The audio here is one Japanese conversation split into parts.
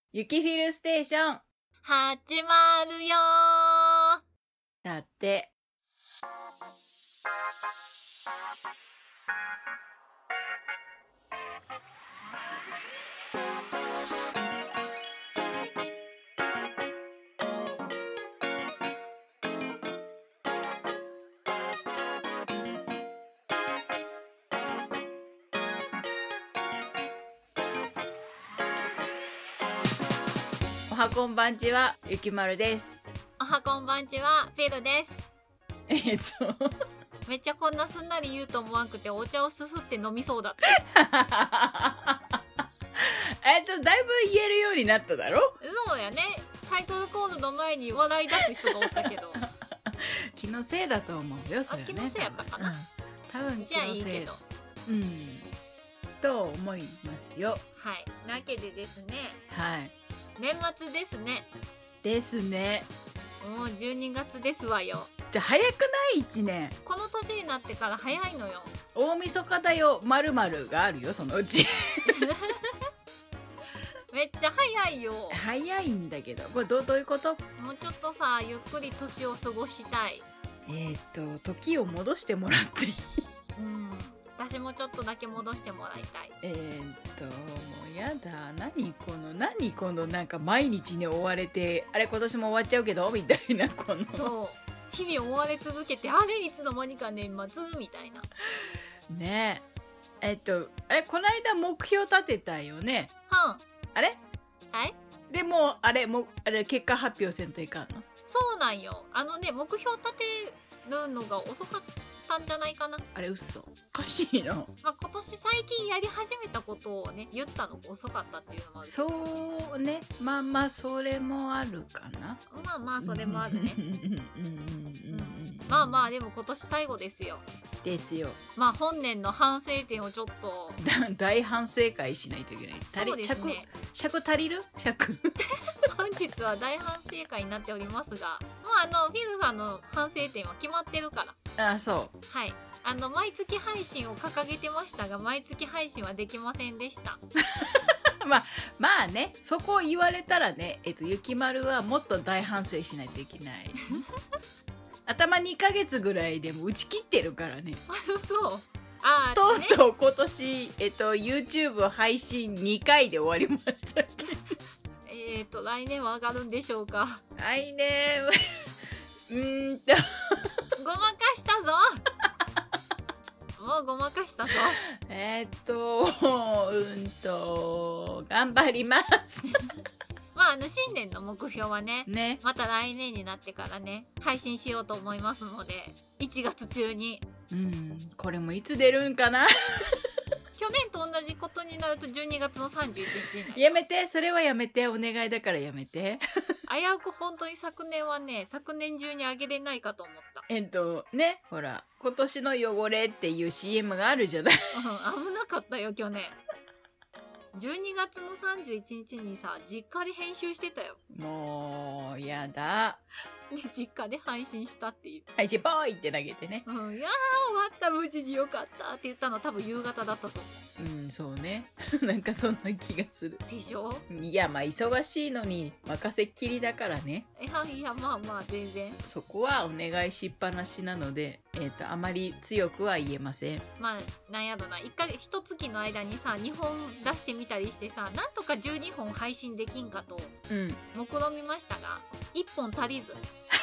ゆきフィルステーション始まるよー。 だって。おはこんばんちは、ゆきまるです。 おはこんばんちは、フィルです。めっちゃこんなすんなり言うと思わんくて、お茶をすすって飲みそうだった。 だいぶ言えるようになっただろ。 そうやね。タイトルコールの前に笑い出す人がおったけど気のせいだと思うよ、それね。 気のせいやったかな、 多分じゃあいいけど、 と思いますよ。 はい。なわけでですね、 はい、 年末ですね。 ですね。 もう12月ですわよ。 じゃ早くない1年。 この年になってから早いのよ。 大晦日だよ、〇〇があるよ、そのうちめっちゃ早いよ。 早いんだけど、これどういうこと？ もうちょっとさ、ゆっくり年を過ごしたい。 時を戻してもらっていい？ 私もちょっとだけ戻してもらいたい。 もうやだ。何このなんか毎日に追われて、あれ今年も終わっちゃうけどみたいな、このそう日々追われ続けて、あれいつの間にか年末みたいなねえ。あれこの間目標立てたよね。あれでもあれ結果発表せんといかんの？ そうなんよ。目標立てるのが遅かったんじゃないかな。 あれ嘘？おかしいの。 今年最近やり始めたことをね、言ったのが遅かったっていうのもある。 そうね。まあそれもあるかな。 まあそれもあるねまあでも今年最後ですよ。まあ本年の反省点をちょっと大反省会しないといけない。 そうですね。 尺足りる？尺本日は大反省会になっておりますが、フィルさんの反省点は決まってるから。 そう。 はい。毎月配信を掲げてましたが、毎月配信はできませんでしたまあね、そこを言われたらね、ゆきまるはもっと大反省しないといけない頭2ヶ月ぐらいでも打ち切ってるからねそうとうとう今年、YouTube 配信2回で終わりました来年は上がるんでしょうか？ 来年ごまかしたぞもうごまかしたぞ頑張ります新年の目標はね、また来年になってからね、配信しようと思いますので、1月中に。 これもいつ出るんかな去年と同じことになると12月の31日になります。 やめて、それはやめて、お願いだからやめて危うく本当に昨年中にあげれないかと思った 。ほら今年の汚れっていう CM があるじゃない危なかったよ去年。12月の31日にさ、実家で編集してたよ。 もうやだで実家で配信したっていう。 配信ポーイって投げてね。 いやー終わった無事によかったって言ったの多分夕方だったと思う。 そうねなんかそんな気がするでしょ。 いや忙しいのに任せっきりだからね。 いやまあ全然そこはお願いしっぱなしなので、あまり強くは言えません。 なんやろな、1月の間にさ2本出してみたりしてさ、なんとか12本配信できんかと目論みましたが、1本足りず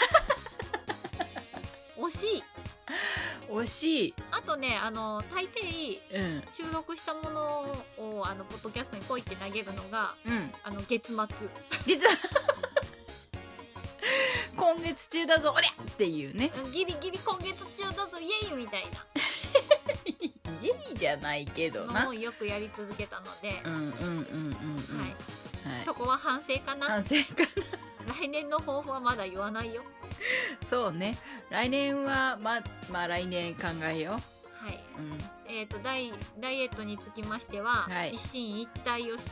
惜しい。あとね、大抵、収録したものをポッドキャストにポイって投げるのが、月末今月中だぞおりゃっていうね、 ギリギリ今月中だぞイエイみたいなイエイじゃないけどな、 もうよくやり続けたので、 はい、 そこは反省かな。来年の抱負はまだ言わないよ。 そうね、来年はまあ来年考えよう。 はい、ダイエットにつきましては、一進一退を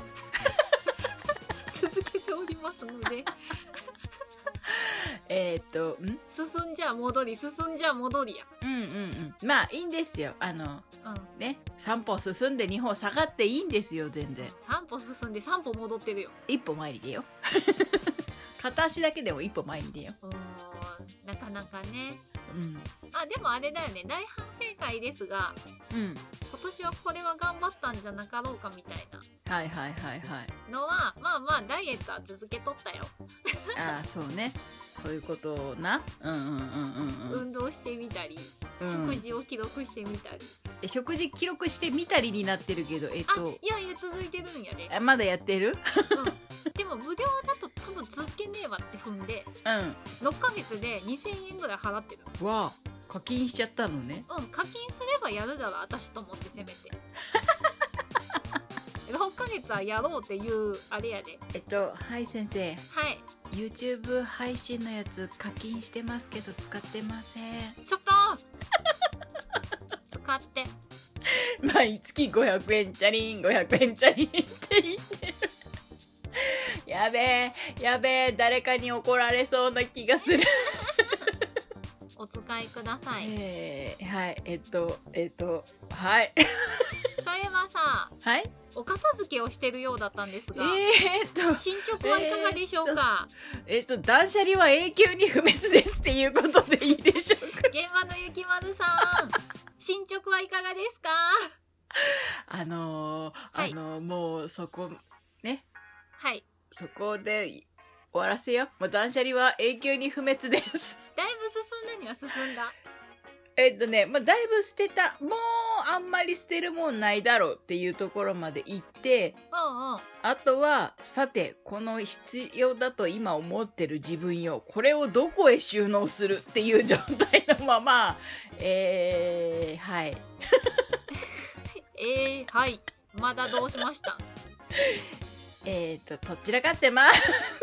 続けておりますので進んじゃ戻りや。まあいいんですよ。ね、3歩進んで2歩下がっていいんですよ。全然 3 歩進んで3歩戻ってるよ。 一歩前に出よ片足だけでも一歩前に出よなかなかね。 うんでもあれだよね、大反省会ですが、 うん今年はこれは頑張ったんじゃなかろうかみたいなはいはいはいはいのは、まあまあダイエットは続けとったよ。 ああそうねそういうことな運動してみたり、食事を記録してみたり。 食事記録してみたりになってるけどいや続いてるんやね。 まだやってるでも無料だと多分続けねえわって踏んで、 うん 6ヶ月で2000円ぐらい払ってる。 わあ課金しちゃったのね。 課金すればやるだろ私と思ってせめて6ヶ月はやろうっていうあれやで。 はい先生、 はい、 YouTube 配信のやつ課金してますけど使ってません。 ちょっと使って毎月500円チャリン500円チャリンって言ってるやべえ誰かに怒られそうな気がするお使いください。 はいはいそういえばさ、 はい、 お片付けをしてるようだったんですが、進捗はいかがでしょうか。 断捨離は永久に不滅ですっていうことでいいでしょうか。 現場のゆきまるさん進捗はいかがですか。 もうそこね、 はいそこで終わらせよう。もう断捨離は永久に不滅ですだいぶ進んだには進んだ。 だいぶ捨てた。もうあんまり捨てるもんないだろうっていうところまで行って、あとはさてこの必要だと今思ってる自分よ、これをどこへ収納するっていう状態のままはいはいまだどうしました。 とっちらかってます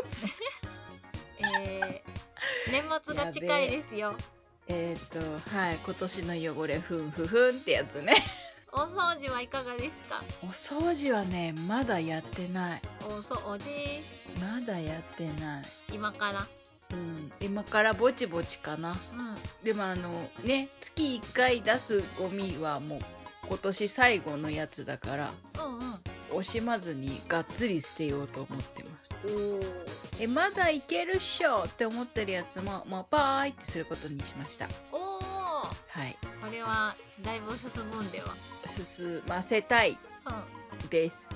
年末が近いですよ。 はい今年の汚れふんふふんってやつねお掃除はいかがですか。 お掃除はねまだやってない。 お掃除まだやってない。 今から今からぼちぼちかな。でもね月1回出すゴミはもう今年最後のやつだから、惜しまずにがっつり捨てようと思ってます。まだいけるっしょって思ってるやつももうパーイってすることにしました。はい、 これはだいぶ進むんでは。 進ませたいです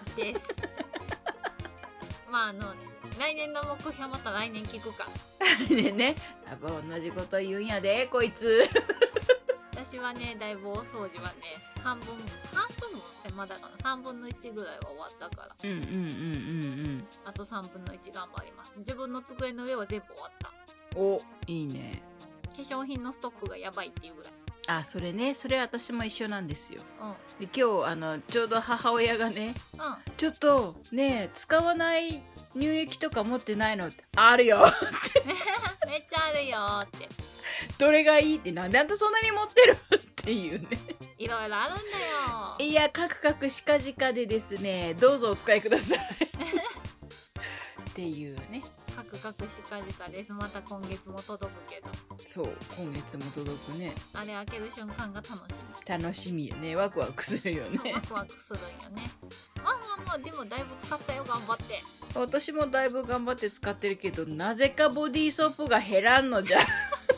まあ来年の目標また来年聞くかね多分同じこと言うんやでこいつ私はねだいぶお掃除はね半分もまだかな3分の1ぐらいは終わったから、あと3分の1頑張ります。自分の机の上は全部終わった。 おいいね。 化粧品のストックがやばいっていうぐらい。 それね、それ私も一緒なんですよ。で今日ちょうど母親がね、ちょっとね使わない乳液とか持ってないのってあるよってめっちゃあるよってどれがいいってなんであんたそんなに持ってるっていうねいろいろあるんだよ。 いやカクカクしかじかでですねどうぞお使いくださいっていうね。 カクカクしかじかです。また今月も届くけど。 そう今月も届くね。 あれ開ける瞬間が楽しみ。 楽しみよね。ワクワクするよね。 ワクワクするんよね。まあでもだいぶ使ったよ頑張って。 私もだいぶ頑張って使ってるけどなぜかボディーソープが減らんのじゃ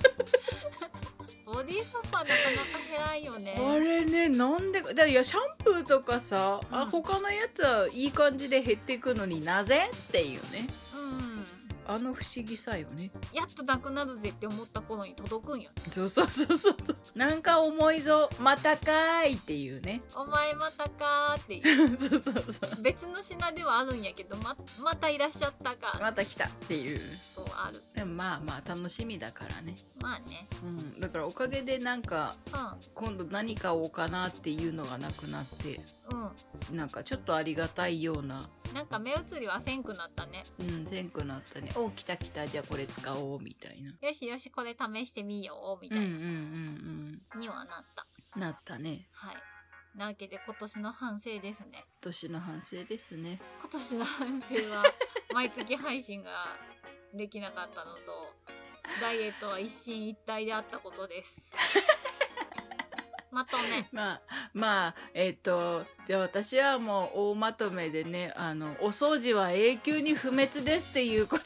ボディーソープはなかなか減らんよね。 あれねなんでいやシャンプーとかさ、他のやつはいい感じで減っていくのになぜっていうね。不思議さよね。 やっとなくなるぜって思った頃に届くんよ。 そうなんか重いぞまたかーいっていうね。 お前またかーっていうそう別の品ではあるんやけど またいらっしゃったかまた来たっていう。 そうある。 でもまあ楽しみだからね。 まあね、 だからおかげでなんか、今度何買おうかなっていうのがなくなって、なんかちょっとありがたいような。 なんか目移りはせんくなったね。 せんくなったね。お来たじゃあこれ使おうみたいな。 よしこれ試してみようみたいなにはなったね。 はい。なわけで今年の反省ですね。 今年の反省ですね。 今年の反省は毎月配信ができなかったのとダイエットは一進一退であったことですまとめ。 じゃあ私はもう大まとめでね、お掃除は永久に不滅ですっていうこと。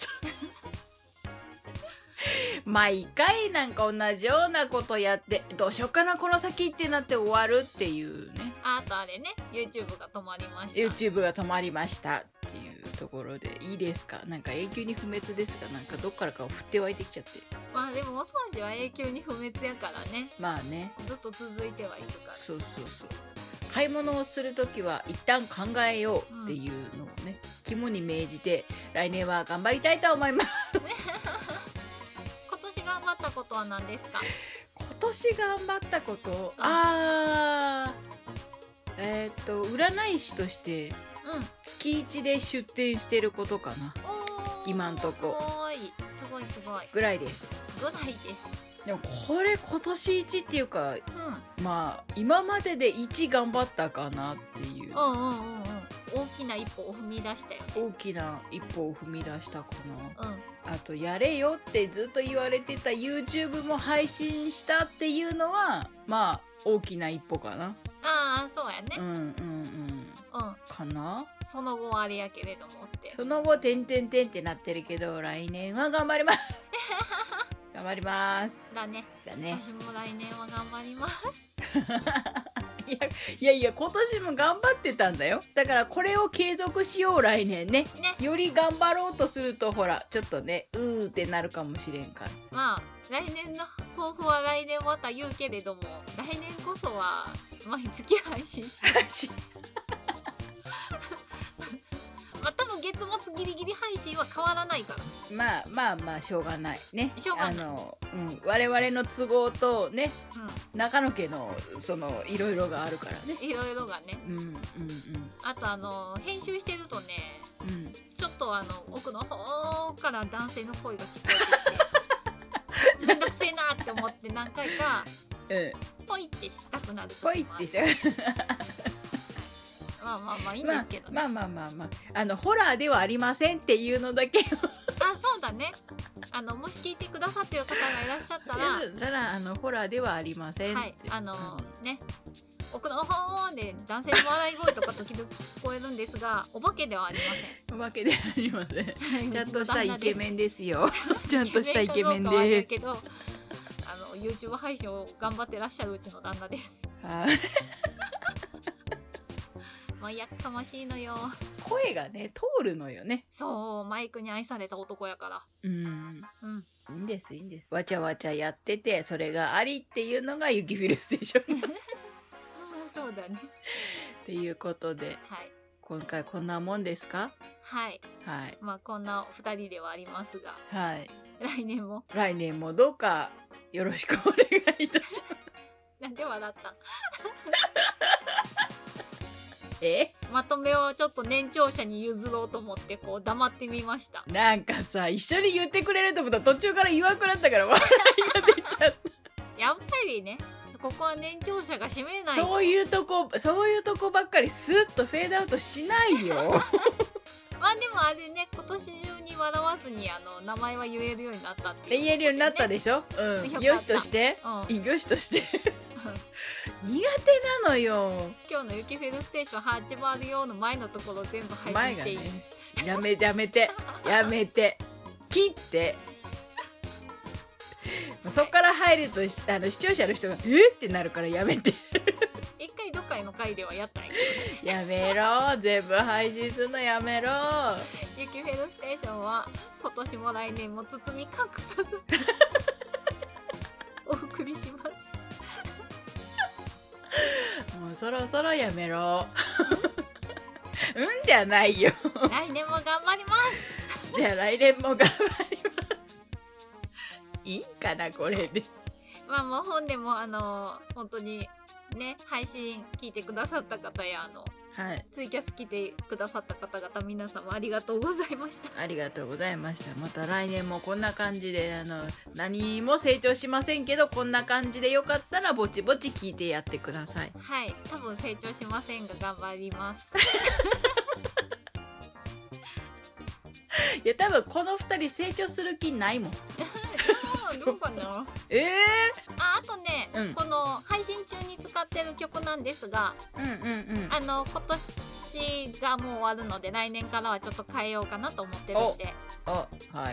毎回なんか同じようなことやって、どうしようかなこの先ってなって終わるっていうね。 あとあれね、YouTube が止まりました。 YouTube が止まりましたっていうところでいいですか？なんか永久に不滅ですが、なんかどっからかを振って湧いてきちゃって。 まあでもお掃除は永久に不滅やからね。 まあね。 ずっと続いてはいるから。 そう。買い物をするときは一旦考えようっていうのをね、肝に銘じて来年は頑張りたいと思います。 今年頑張ったことは何ですか？ 今年頑張ったこと、占い師として月1で出店してることかな。今んとこすごいぐらいです。でもこれ今年1っていうか、まあ今までで1頑張ったかなっていう。 大きな一歩を踏み出したよね。 大きな一歩を踏み出したかな。 うん。 あとやれよってずっと言われてた YouTube も配信したっていうのはまあ大きな一歩かな。 ああ、そうやね。 かな。 その後はあれやけれどもって。 その後てんってなってるけど、来年は頑張ります。頑張ります。 だね。私も来年は頑張ります。 いや今年も頑張ってたんだよ。だからこれを継続しよう来年ね。より頑張ろうとするとほらちょっとねってなるかもしれんから。まあ来年の抱負は来年また言うけれども、来年こそは毎月配信しまあ多分月末ギリギリ配信は変わらないから。 まあしょうがないね。我々の都合とね、中野家のそのいろいろがあるからね。 いろいろがね。あと編集してるとね、ちょっと奥の方から男性の声が聞こえてきてめんどくせえなって思って何回かポイってしたくなる時もある。ポイってしちゃう。まあいいんですけどね。 ホラーではありませんっていうのだけそうだね。もし聞いてくださってる方がいらっしゃったらホラーではありません。 はい、ね、奥の方で男性の笑い声とか時々聞こえるんですが、お化けではありません。 お化けではありません。ちゃんとしたイケメンですよ。ちゃんとしたイケメンです。けど YouTube 配信を頑張ってらっしゃるうちの旦那です。やかましいのよ。 声がね通るのよね。 そう、マイクに愛された男やから。 いいんです。わちゃわちゃやっててそれがありっていうのが雪フィルステーション。 そうだね。 っていうことで、今回こんなもんですか？ はい。まあこんな2人ではありますが、来年もどうかよろしくお願いいたします。 なんで笑った？ まとめをちょっと年長者に譲ろうと思ってこう黙ってみました。 なんかさ、一緒に言ってくれると思ったら途中から言わなくなったから笑いが出ちゃった。 やっぱりね、ここは年長者が締めない。 そういうとこばっかりスッとフェードアウトしないよ。 まあでもあれね、今年中に笑わずに名前は言えるようになったっていう、 言えるようになったでしょ。よしとして、よしとして苦手なのよ。 今日の雪フェルステーション始まるようの前のところ全部配信していい？ やめて切ってそっから入ると視聴者の人がってなるからやめて。 一回どっかの回ではやったんやけどね。やめろ、全部配信するのやめろ。 雪フェルステーションは今年も来年も包み隠さずお送りします。 もうそろそろやめろ。じゃないよ。 来年も頑張ります。 じゃあ来年も頑張ります。いいかなこれで。 まあもう本でも本当にね、配信聞いてくださった方やツイキャス来てくださった方々皆様ありがとうございました。 ありがとうございました。また来年もこんな感じで何も成長しませんけどこんな感じでよかったらぼちぼち聞いてやってください。 はい、多分成長しませんが頑張ります。 いや多分この2人成長する気ないもん。 どうかな。あとね、この配信中に使ってる曲なんですが、今年がもう終わるので来年からはちょっと変えようかなと思ってるんで、 はい、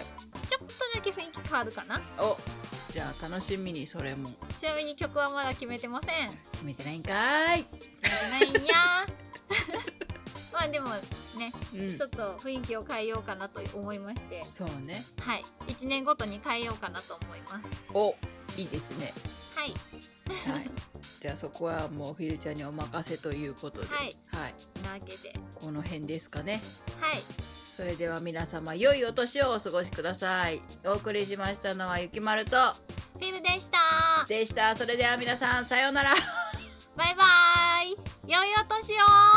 ちょっとだけ雰囲気変わるかな。 じゃあ楽しみに。それもちなみに曲はまだ決めてません。 決めてないんかーい。 決めてないんやまあでもね、ちょっと雰囲気を変えようかなと思いまして。 そうね、 はい、1年ごとに変えようかなと思います。 いいですね。 はい、 じゃあそこはもうフィルちゃんにお任せということで、 なわけでこの辺ですかね。 はいそれでは皆様良いお年をお過ごしください。お送りしましたのはゆきまるとフィルでした。 それでは皆さんさようなら。 バイバイ。良いお年を。